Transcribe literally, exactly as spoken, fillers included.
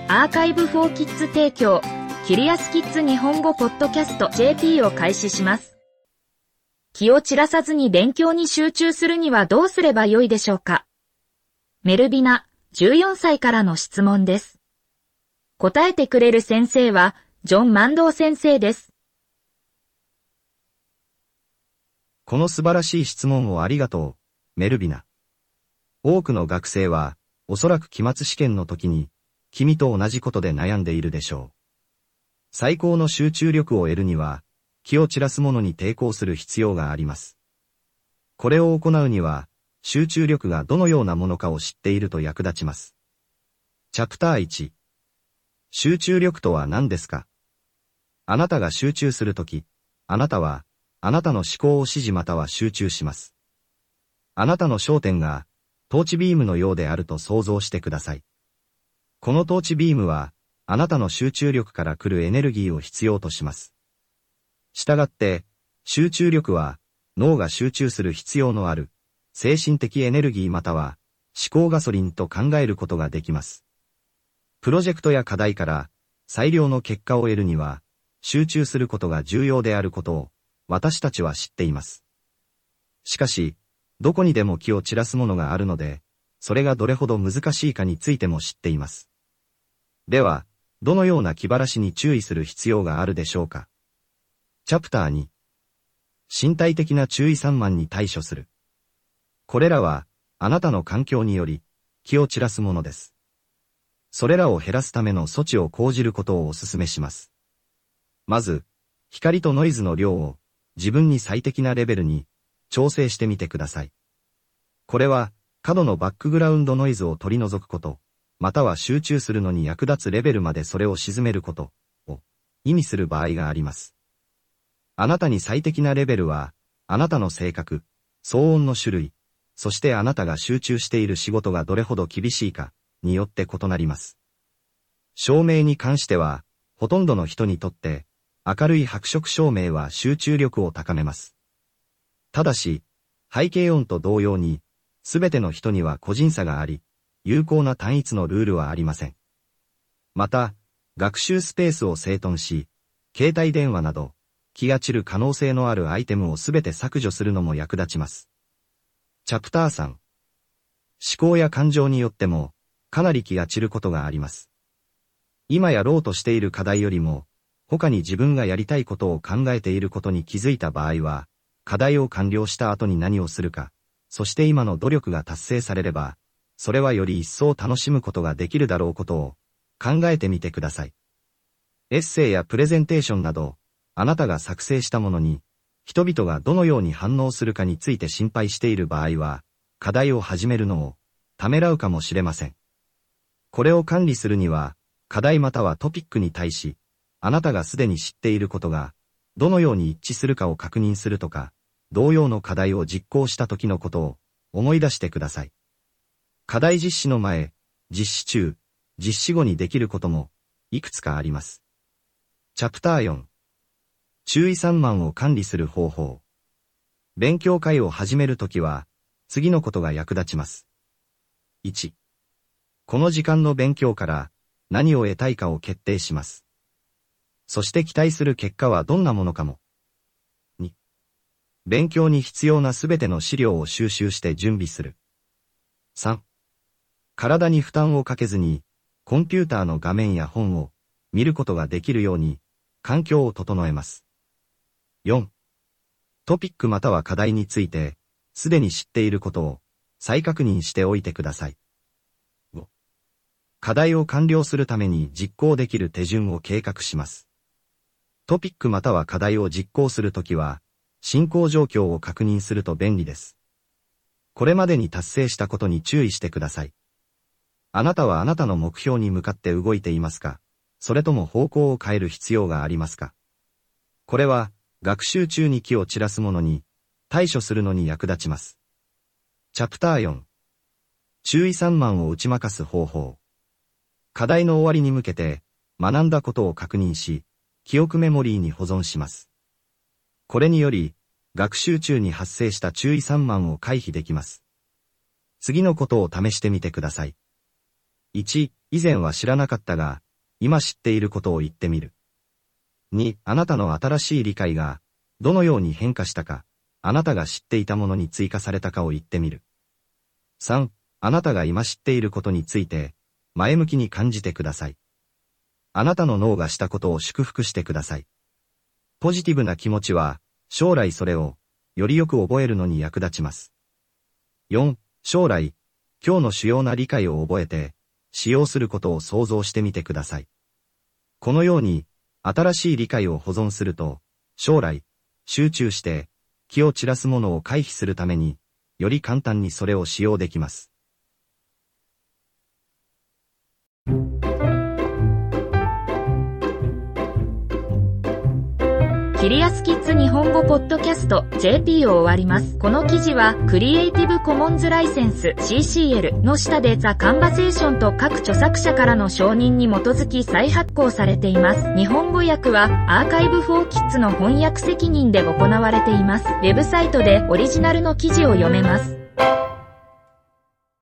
アーカイブフォーキッズ提供、キリアスキッズ日本語ポッドキャスト ジェーピー を開始します。気を散らさずに勉強に集中するにはどうすればよいでしょうか。メルビナ、じゅうよんさいからの質問です。答えてくれる先生は、ジョン万堂先生です。 この素晴らしい質問をありがとう、メルビナ。多くの学生は、おそらく期末試験の時に、君と同じことで悩んでいるでしょう。最高の集中力を得るには、気を散らすものに抵抗する必要があります。これを行うには、集中力がどのようなものかを知っていると役立ちます。チャプターいち。集中力とは何ですか？あなたが集中するとき、あなたは、あなたの思考を指示または集中します。あなたの焦点が、トーチビームのようであると想像してください。このトーチビームは、あなたの集中力から来るエネルギーを必要とします。したがって、集中力は、脳が集中する必要のある、精神的エネルギーまたは、思考ガソリンと考えることができます。プロジェクトや課題から、最良の結果を得るには、集中することが重要であることを、私たちは知っています。しかし、どこにでも気を散らすものがあるので、それがどれほど難しいかについても知っています。では、どのような気晴らしに注意する必要があるでしょうか。チャプターに、身体的な注意散漫に対処する。これらは、あなたの環境により、気を散らすものです。それらを減らすための措置を講じることをお勧めします。まず、光とノイズの量を、自分に最適なレベルに、調整してみてください。これは、過度のバックグラウンドノイズを取り除くこと、または集中するのに役立つレベルまでそれを沈めること、を意味する場合があります。あなたに最適なレベルは、あなたの性格、騒音の種類、そしてあなたが集中している仕事がどれほど厳しいか、によって異なります。照明に関しては、ほとんどの人にとって、明るい白色照明は集中力を高めます。ただし、背景音と同様に、すべての人には個人差があり、有効な単一のルールはありません。また、学習スペースを整頓し、携帯電話など、気が散る可能性のあるアイテムをすべて削除するのも役立ちます。チャプターさん。思考や感情によっても、かなり気が散ることがあります。今やろうとしている課題よりも、他に自分がやりたいことを考えていることに気づいた場合は、課題を完了した後に何をするか、そして今の努力が達成されれば、それはより一層楽しむことができるだろうことを考えてみてください。エッセイやプレゼンテーションなど、あなたが作成したものに、人々がどのように反応するかについて心配している場合は、課題を始めるのをためらうかもしれません。これを管理するには、課題またはトピックに対し、あなたがすでに知っていることが、どのように一致するかを確認するとか、同様の課題を実行した時のことを思い出してください。課題実施の前、実施中、実施後にできることも、いくつかあります。チャプターよん。注意散漫を管理する方法。勉強会を始めるときは、次のことが役立ちます。いち. この時間の勉強から何を得たいかを決定します。そして期待する結果はどんなものかも。に. 勉強に必要なすべての資料を収集して準備する。さん. 体に負担をかけずに、コンピューターの画面や本を見ることができるように、環境を整えます。よん. トピックまたは課題について、すでに知っていることを再確認しておいてください。ご. 課題を完了するために実行できる手順を計画します。トピックまたは課題を実行するときは、進行状況を確認すると便利です。これまでに達成したことに注意してください。あなたはあなたの目標に向かって動いていますか？それとも方向を変える必要がありますか？これは、学習中に気を散らすものに、対処するのに役立ちます。チャプターよん。注意散漫を打ち負かす方法。課題の終わりに向けて、学んだことを確認し、記憶メモリーに保存します。これにより、学習中に発生した注意散漫を回避できます。次のことを試してみてください。 いち、以前は知らなかったが、今知っていることを言ってみる。に、あなたの新しい理解が、どのように変化したか、あなたが知っていたものに追加されたかを言ってみる。さん、あなたが今知っていることについて、前向きに感じてください。あなたの脳がしたことを祝福してください。ポジティブな気持ちは、将来それを、よりよく覚えるのに役立ちます。よん、将来、今日の主要な理解を覚えて、使用することを想像してみてください。このように、新しい理解を保存すると、将来、集中して、気を散らすものを回避するために、より簡単にそれを使用できます。 キリアスキッズ日本語ポッドキャスト ジェーピー を終わります。この記事はクリエイティブコモンズライセンス シーシーエル の下でザ・カンバセーションと各著作者からの承認に基づき再発行されています。日本語訳はアーカイブフォーキッズの翻訳責任で行われています。ウェブサイトでオリジナルの記事を読めます。